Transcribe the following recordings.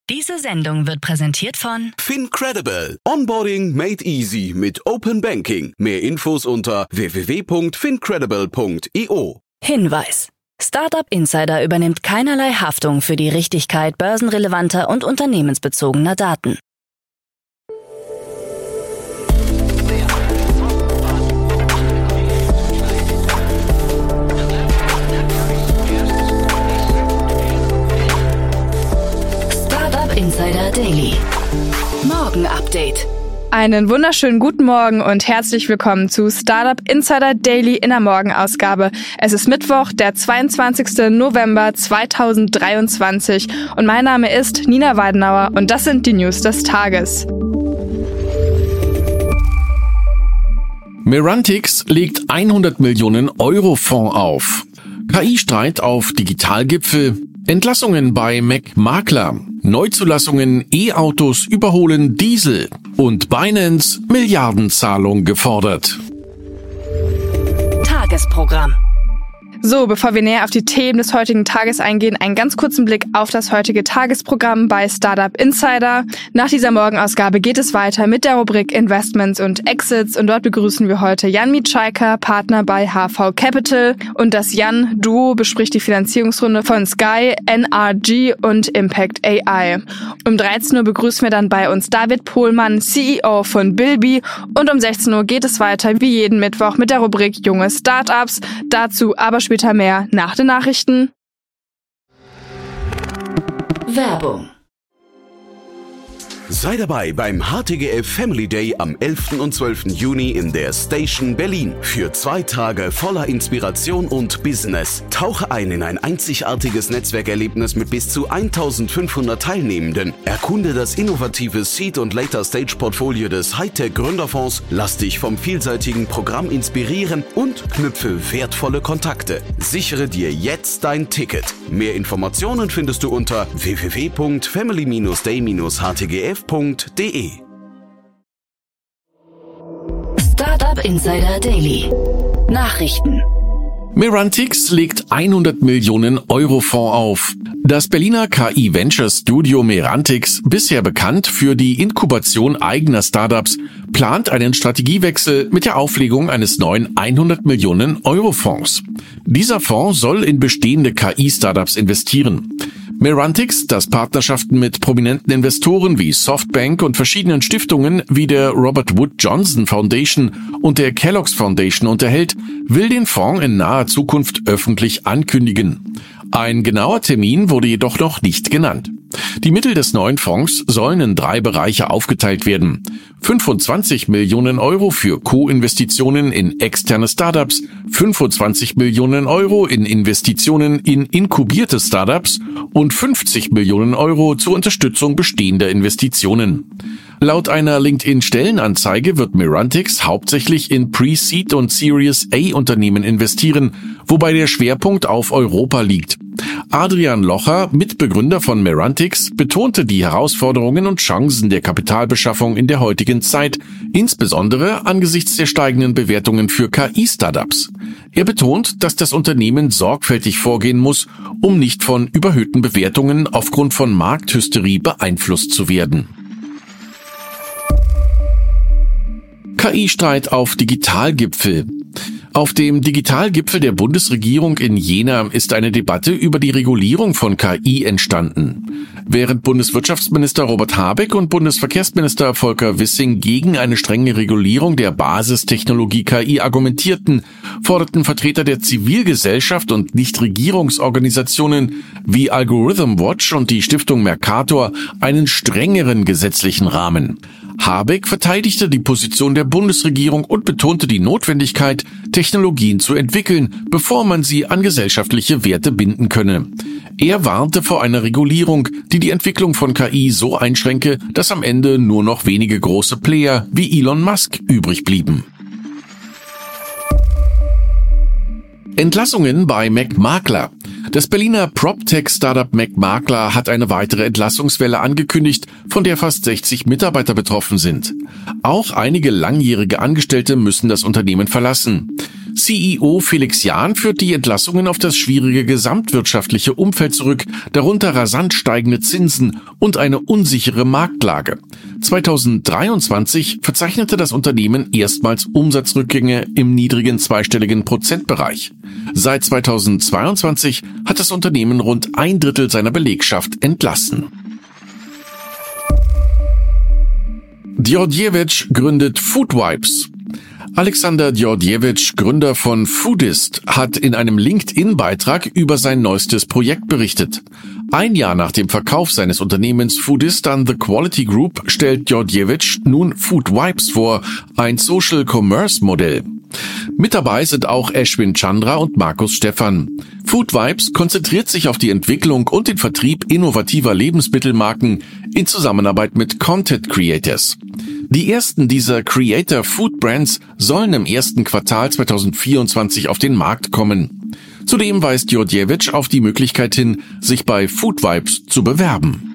Diese Sendung wird präsentiert von FinCredible. Onboarding made easy mit Open Banking. Mehr Infos unter www.fincredible.io. Hinweis. Startup Insider übernimmt keinerlei Haftung für die Richtigkeit börsenrelevanter und unternehmensbezogener Daten. Startup Insider Daily. Morgen Update. Einen wunderschönen guten Morgen und herzlich willkommen zu Startup Insider Daily in der Morgenausgabe. Es ist Mittwoch, der 22. November 2023 und mein Name ist Nina Weidenauer und das sind die News des Tages. Merantix legt 100 Millionen Euro Fonds auf. KI-Streit auf Digitalgipfel. Entlassungen bei Mac-Makler. Neuzulassungen E-Autos überholen Diesel. Und Binance Milliardenzahlung gefordert. Tagesprogramm. So, bevor wir näher auf die Themen des heutigen Tages eingehen, einen ganz kurzen Blick auf das heutige Tagesprogramm bei Startup Insider. Nach dieser Morgenausgabe geht es weiter mit der Rubrik Investments und Exits und dort begrüßen wir heute Jan Mitschaiker, Partner bei HV Capital, und das Jan-Duo bespricht die Finanzierungsrunde von Sky, NRG und Impact AI. Um 13 Uhr begrüßen wir dann bei uns David Pohlmann, CEO von Bilby, und um 16 Uhr geht es weiter wie jeden Mittwoch mit der Rubrik Junge Startups. Dazu aber später mehr nach den Nachrichten. Werbung. Sei dabei beim HTGF Family Day am 11. und 12. Juni in der Station Berlin. Für 2 Tage voller Inspiration und Business. Tauche ein in ein einzigartiges Netzwerkerlebnis mit bis zu 1500 Teilnehmenden. Erkunde das innovative Seed- und Later-Stage-Portfolio des Hightech-Gründerfonds. Lass dich vom vielseitigen Programm inspirieren und knüpfe wertvolle Kontakte. Sichere dir jetzt dein Ticket. Mehr Informationen findest du unter www.family-day-htgf.de. Startup Insider Daily. Nachrichten. Merantix legt 100 Millionen Euro Fonds auf. Das Berliner KI-Venture-Studio Merantix, bisher bekannt für die Inkubation eigener Startups, plant einen Strategiewechsel mit der Auflegung eines neuen 100 Millionen Euro Fonds. Dieser Fonds soll in bestehende KI-Startups investieren. Merantix, das Partnerschaften mit prominenten Investoren wie Softbank und verschiedenen Stiftungen wie der Robert Wood Johnson Foundation und der Kellogg's Foundation unterhält, will den Fonds in naher Zukunft öffentlich ankündigen. Ein genauer Termin wurde jedoch noch nicht genannt. Die Mittel des neuen Fonds sollen in 3 Bereiche aufgeteilt werden. 25 Millionen Euro für Co-Investitionen in externe Startups, 25 Millionen Euro in Investitionen in inkubierte Startups und 50 Millionen Euro zur Unterstützung bestehender Investitionen. Laut einer LinkedIn-Stellenanzeige wird Merantix hauptsächlich in Pre-Seed und Series A Unternehmen investieren, wobei der Schwerpunkt auf Europa liegt. Adrian Locher, Mitbegründer von Merantix, betonte die Herausforderungen und Chancen der Kapitalbeschaffung in der heutigen Zeit, insbesondere angesichts der steigenden Bewertungen für KI-Startups. Er betont, dass das Unternehmen sorgfältig vorgehen muss, um nicht von überhöhten Bewertungen aufgrund von Markthysterie beeinflusst zu werden. KI-Streit auf Digitalgipfel. Auf dem Digitalgipfel der Bundesregierung in Jena ist eine Debatte über die Regulierung von KI entstanden. Während Bundeswirtschaftsminister Robert Habeck und Bundesverkehrsminister Volker Wissing gegen eine strenge Regulierung der Basistechnologie KI argumentierten, forderten Vertreter der Zivilgesellschaft und Nichtregierungsorganisationen wie Algorithm Watch und die Stiftung Mercator einen strengeren gesetzlichen Rahmen. Habeck verteidigte die Position der Bundesregierung und betonte die Notwendigkeit, Technologien zu entwickeln, bevor man sie an gesellschaftliche Werte binden könne. Er warnte vor einer Regulierung, die die Entwicklung von KI so einschränke, dass am Ende nur noch wenige große Player wie Elon Musk übrig blieben. Entlassungen bei Mac-Makler. Das Berliner PropTech-Startup Mac-Makler hat eine weitere Entlassungswelle angekündigt, von der fast 60 Mitarbeiter betroffen sind. Auch einige langjährige Angestellte müssen das Unternehmen verlassen. CEO Felix Jahn führt die Entlassungen auf das schwierige gesamtwirtschaftliche Umfeld zurück, darunter rasant steigende Zinsen und eine unsichere Marktlage. 2023 verzeichnete das Unternehmen erstmals Umsatzrückgänge im niedrigen zweistelligen Prozentbereich. Seit 2022 hat das Unternehmen rund 1/3 seiner Belegschaft entlassen. Djordjevic gründet Foodwipes. Alexander Djordjevic, Gründer von Foodist, hat in einem LinkedIn-Beitrag über sein neuestes Projekt berichtet. Ein Jahr nach dem Verkauf seines Unternehmens Foodist an The Quality Group stellt Djordjevic nun Foodwipes vor, ein Social-Commerce-Modell. Mit dabei sind auch Ashwin Chandra und Markus Stephan. Foodwipes konzentriert sich auf die Entwicklung und den Vertrieb innovativer Lebensmittelmarken in Zusammenarbeit mit Content Creators. Die ersten dieser Creator Food Brands sollen im ersten Quartal 2024 auf den Markt kommen. Zudem weist Djordjevic auf die Möglichkeit hin, sich bei Foodwipes zu bewerben.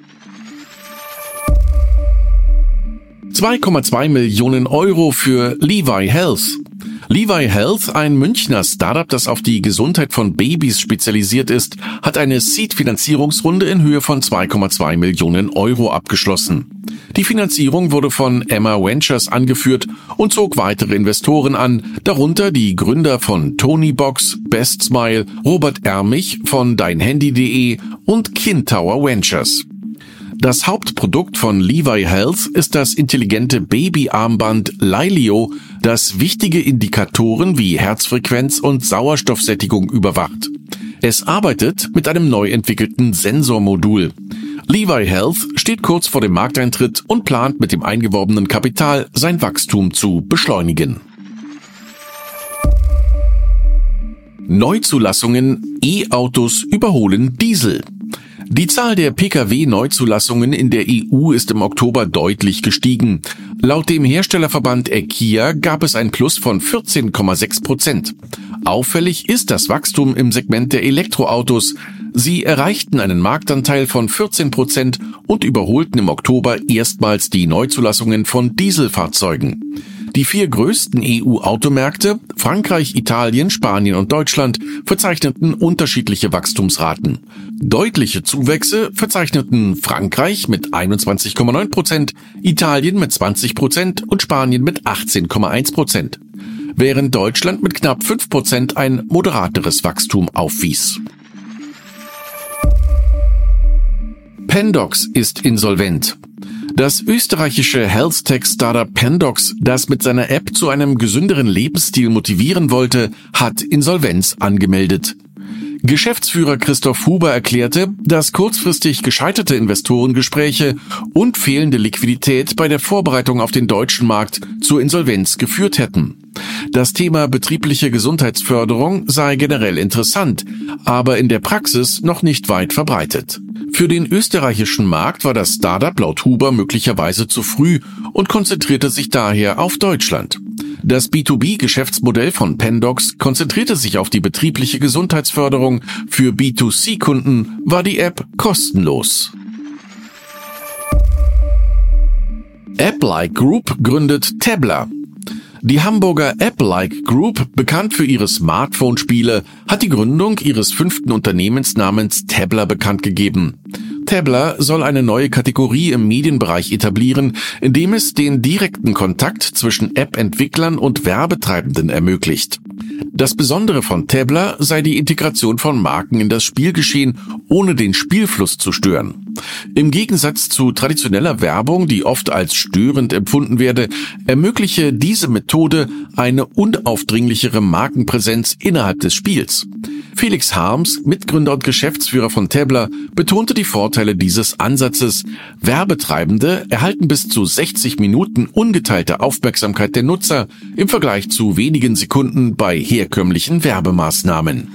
2,2 Millionen Euro für Levi Health. Levi Health, ein Münchner Startup, das auf die Gesundheit von Babys spezialisiert ist, hat eine Seed-Finanzierungsrunde in Höhe von 2,2 Millionen Euro abgeschlossen. Die Finanzierung wurde von Emma Ventures angeführt und zog weitere Investoren an, darunter die Gründer von Tonybox, Best Smile, Robert Ermich von deinhandy.de und Kintower Ventures. Das Hauptprodukt von Levi Health ist das intelligente Babyarmband Lylio, das wichtige Indikatoren wie Herzfrequenz und Sauerstoffsättigung überwacht. Es arbeitet mit einem neu entwickelten Sensormodul. Levi Health steht kurz vor dem Markteintritt und plant mit dem eingeworbenen Kapital sein Wachstum zu beschleunigen. Neuzulassungen: E-Autos überholen Diesel. Die Zahl der Pkw-Neuzulassungen in der EU ist im Oktober deutlich gestiegen. Laut dem Herstellerverband ECHIA gab es ein Plus von 14,6%. Auffällig ist das Wachstum im Segment der Elektroautos. Sie erreichten einen Marktanteil von 14% und überholten im Oktober erstmals die Neuzulassungen von Dieselfahrzeugen. Die 4 größten EU-Automärkte, Frankreich, Italien, Spanien und Deutschland, verzeichneten unterschiedliche Wachstumsraten. Deutliche Zuwächse verzeichneten Frankreich mit 21,9%, Italien mit 20% und Spanien mit 18,1%, während Deutschland mit knapp 5% ein moderateres Wachstum aufwies. Pandox ist insolvent. Das österreichische Health-Tech-Startup Pandox, das mit seiner App zu einem gesünderen Lebensstil motivieren wollte, hat Insolvenz angemeldet. Geschäftsführer Christoph Huber erklärte, dass kurzfristig gescheiterte Investorengespräche und fehlende Liquidität bei der Vorbereitung auf den deutschen Markt zur Insolvenz geführt hätten. Das Thema betriebliche Gesundheitsförderung sei generell interessant, aber in der Praxis noch nicht weit verbreitet. Für den österreichischen Markt war das Startup laut Huber möglicherweise zu früh und konzentrierte sich daher auf Deutschland. Das B2B-Geschäftsmodell von Pandox konzentrierte sich auf die betriebliche Gesundheitsförderung. Für B2C-Kunden war die App kostenlos. App-like Group gründet Tabler. Die Hamburger App-like Group, bekannt für ihre Smartphone-Spiele, hat die Gründung ihres 5. Unternehmens namens Tabler bekannt gegeben. Tabler soll eine neue Kategorie im Medienbereich etablieren, indem es den direkten Kontakt zwischen App-Entwicklern und Werbetreibenden ermöglicht. Das Besondere von Tabler sei die Integration von Marken in das Spielgeschehen, ohne den Spielfluss zu stören. Im Gegensatz zu traditioneller Werbung, die oft als störend empfunden werde, ermögliche diese Methode eine unaufdringlichere Markenpräsenz innerhalb des Spiels. Felix Harms, Mitgründer und Geschäftsführer von Tabler, betonte die Vorteile dieses Ansatzes. Werbetreibende erhalten bis zu 60 Minuten ungeteilte Aufmerksamkeit der Nutzer im Vergleich zu wenigen Sekunden bei herkömmlichen Werbemaßnahmen.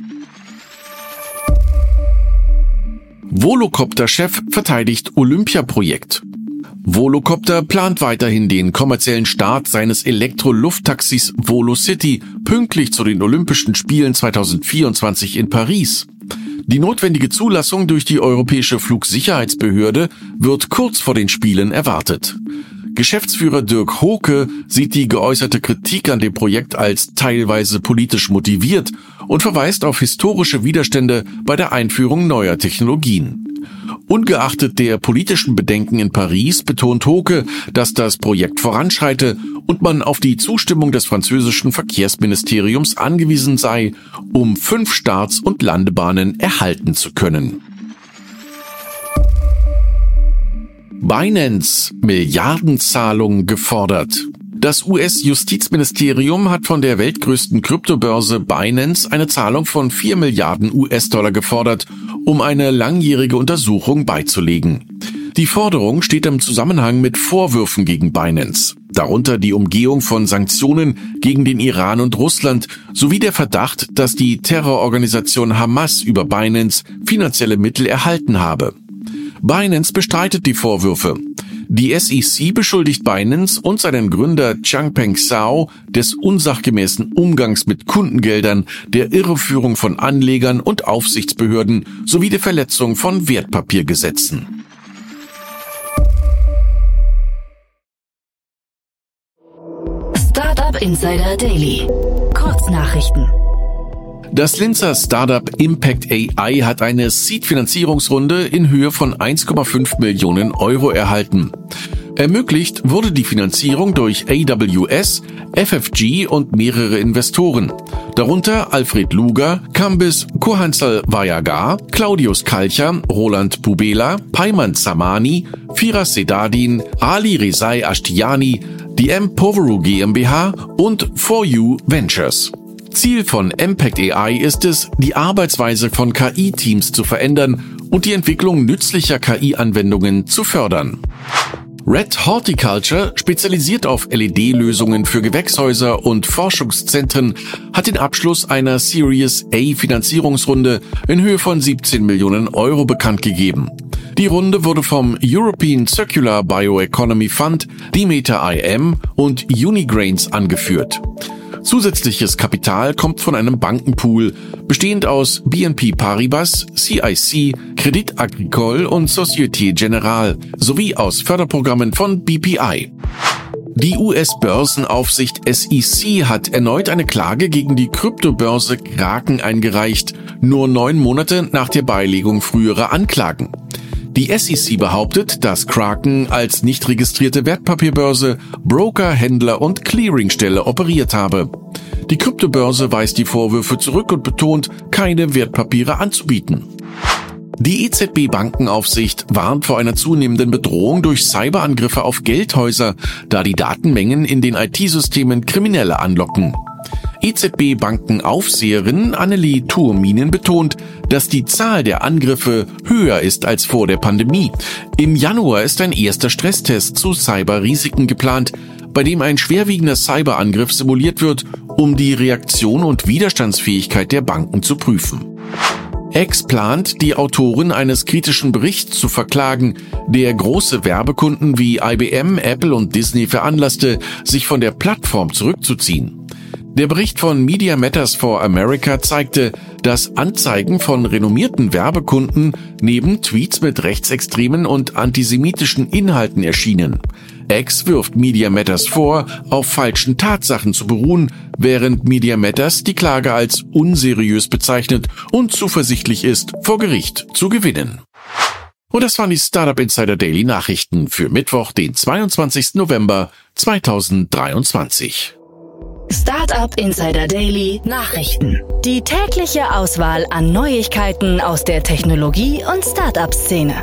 Volocopter-Chef verteidigt Olympiaprojekt. Volocopter plant weiterhin den kommerziellen Start seines Elektro-Lufttaxis VoloCity pünktlich zu den Olympischen Spielen 2024 in Paris. Die notwendige Zulassung durch die Europäische Flugsicherheitsbehörde wird kurz vor den Spielen erwartet. Geschäftsführer Dirk Hoke sieht die geäußerte Kritik an dem Projekt als teilweise politisch motiviert und verweist auf historische Widerstände bei der Einführung neuer Technologien. Ungeachtet der politischen Bedenken in Paris betont Hoke, dass das Projekt voranschreite und man auf die Zustimmung des französischen Verkehrsministeriums angewiesen sei, um 5 Starts- und Landebahnen erhalten zu können. Binance Milliardenzahlung gefordert. Das US-Justizministerium hat von der weltgrößten Kryptobörse Binance eine Zahlung von 4 Milliarden US-Dollar gefordert, um eine langjährige Untersuchung beizulegen. Die Forderung steht im Zusammenhang mit Vorwürfen gegen Binance, darunter die Umgehung von Sanktionen gegen den Iran und Russland sowie der Verdacht, dass die Terrororganisation Hamas über Binance finanzielle Mittel erhalten habe. Binance bestreitet die Vorwürfe. Die SEC beschuldigt Binance und seinen Gründer Changpeng Zhao des unsachgemäßen Umgangs mit Kundengeldern, der Irreführung von Anlegern und Aufsichtsbehörden sowie der Verletzung von Wertpapiergesetzen. Startup Insider Daily. Kurznachrichten. Das Linzer Startup Impact AI hat eine Seed-Finanzierungsrunde in Höhe von 1,5 Millionen Euro erhalten. Ermöglicht wurde die Finanzierung durch AWS, FFG und mehrere Investoren, darunter Alfred Luger, Kambis Kohansal Vayagar, Claudius Kalcher, Roland Pubela, Payman Zamani, Firas Sedadin, Ali Rezai Ashtiani, die M-Poveru GmbH und 4U Ventures. Ziel von Impact AI ist es, die Arbeitsweise von KI-Teams zu verändern und die Entwicklung nützlicher KI-Anwendungen zu fördern. Red Horticulture, spezialisiert auf LED-Lösungen für Gewächshäuser und Forschungszentren, hat den Abschluss einer Series A Finanzierungsrunde in Höhe von 17 Millionen Euro bekannt gegeben. Die Runde wurde vom European Circular Bioeconomy Fund, Demeter IM und Unigrains angeführt. Zusätzliches Kapital kommt von einem Bankenpool, bestehend aus BNP Paribas, CIC, Crédit Agricole und Société Générale, sowie aus Förderprogrammen von BPI. Die US-Börsenaufsicht SEC hat erneut eine Klage gegen die Kryptobörse Kraken eingereicht, nur 9 Monate nach der Beilegung früherer Anklagen. Die SEC behauptet, dass Kraken als nicht registrierte Wertpapierbörse, Broker, Händler und Clearingstelle operiert habe. Die Kryptobörse weist die Vorwürfe zurück und betont, keine Wertpapiere anzubieten. Die EZB-Bankenaufsicht warnt vor einer zunehmenden Bedrohung durch Cyberangriffe auf Geldhäuser, da die Datenmengen in den IT-Systemen Kriminelle anlocken. EZB-Bankenaufseherin Annelie Turminen betont, dass die Zahl der Angriffe höher ist als vor der Pandemie. Im Januar ist ein erster Stresstest zu Cyberrisiken geplant, bei dem ein schwerwiegender Cyberangriff simuliert wird, um die Reaktion und Widerstandsfähigkeit der Banken zu prüfen. X plant, die Autorin eines kritischen Berichts zu verklagen, der große Werbekunden wie IBM, Apple und Disney veranlasste, sich von der Plattform zurückzuziehen. Der Bericht von Media Matters for America zeigte, dass Anzeigen von renommierten Werbekunden neben Tweets mit rechtsextremen und antisemitischen Inhalten erschienen. X wirft Media Matters vor, auf falschen Tatsachen zu beruhen, während Media Matters die Klage als unseriös bezeichnet und zuversichtlich ist, vor Gericht zu gewinnen. Und das waren die Startup Insider Daily Nachrichten für Mittwoch, den 22. November 2023. Startup Insider Daily Nachrichten. Die tägliche Auswahl an Neuigkeiten aus der Technologie- und Startup-Szene.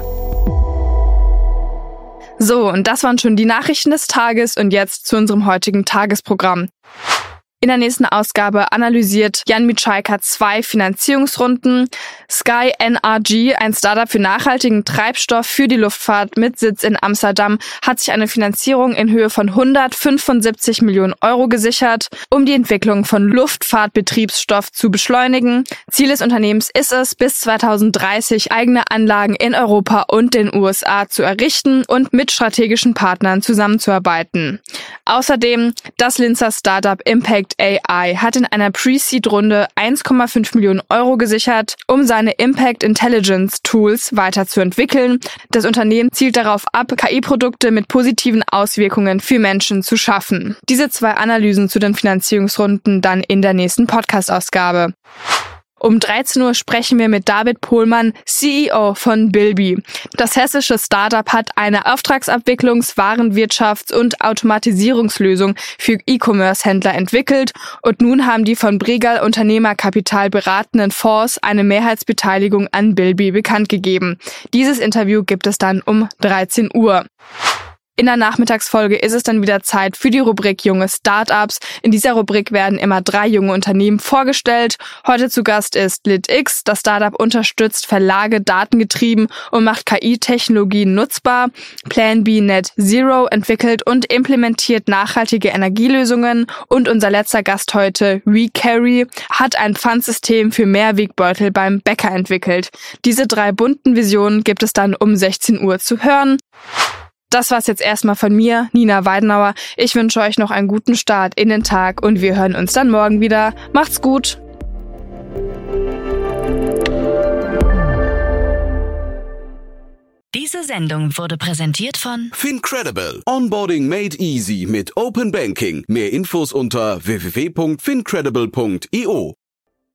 So, und das waren schon die Nachrichten des Tages und jetzt zu unserem heutigen Tagesprogramm. In der nächsten Ausgabe analysiert Jan Michalka 2 Finanzierungsrunden. Sky NRG, ein Startup für nachhaltigen Treibstoff für die Luftfahrt mit Sitz in Amsterdam, hat sich eine Finanzierung in Höhe von 175 Millionen Euro gesichert, um die Entwicklung von Luftfahrtbetriebsstoff zu beschleunigen. Ziel des Unternehmens ist es, bis 2030 eigene Anlagen in Europa und den USA zu errichten und mit strategischen Partnern zusammenzuarbeiten. Außerdem das Linzer Startup Impact Predict AI hat in einer Pre-Seed-Runde 1,5 Millionen Euro gesichert, um seine Impact Intelligence Tools weiterzuentwickeln. Das Unternehmen zielt darauf ab, KI-Produkte mit positiven Auswirkungen für Menschen zu schaffen. Diese 2 Analysen zu den Finanzierungsrunden dann in der nächsten Podcast-Ausgabe. Um 13 Uhr sprechen wir mit David Pohlmann, CEO von Bilby. Das hessische Startup hat eine Auftragsabwicklungs-, Warenwirtschafts- und Automatisierungslösung für E-Commerce-Händler entwickelt und nun haben die von Bregal Unternehmerkapital beratenden Fonds eine Mehrheitsbeteiligung an Bilby bekannt gegeben. Dieses Interview gibt es dann um 13 Uhr. In der Nachmittagsfolge ist es dann wieder Zeit für die Rubrik Junge Startups. In dieser Rubrik werden immer 3 junge Unternehmen vorgestellt. Heute zu Gast ist LitX. Das Startup unterstützt Verlage datengetrieben und macht KI-Technologien nutzbar. Plan B Net Zero entwickelt und implementiert nachhaltige Energielösungen. Und unser letzter Gast heute, WeCarry, hat ein Pfandsystem für Mehrwegbeutel beim Bäcker entwickelt. Diese 3 bunten Visionen gibt es dann um 16 Uhr zu hören. Das war's jetzt erstmal von mir, Nina Weidenauer. Ich wünsche euch noch einen guten Start in den Tag und wir hören uns dann morgen wieder. Macht's gut! Diese Sendung wurde präsentiert von Fincredible. Onboarding made easy mit Open Banking. Mehr Infos unter www.fincredible.io.